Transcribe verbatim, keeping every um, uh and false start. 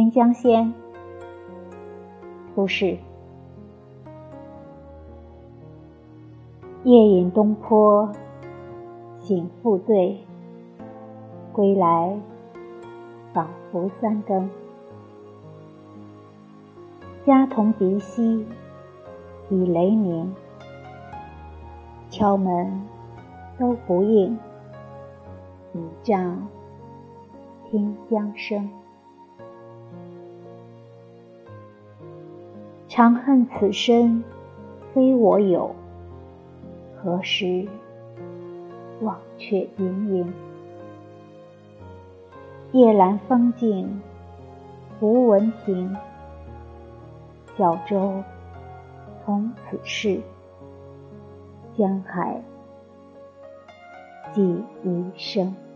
边疆仙，不是。夜饮东坡，醒复醉，归来仿佛三更。家童鼻息已雷鸣，敲门都不应，倚杖听江声。长恨此身非我有，何时忘却营营。夜阑风静胡闻亭，小舟从此逝，江海寄余生。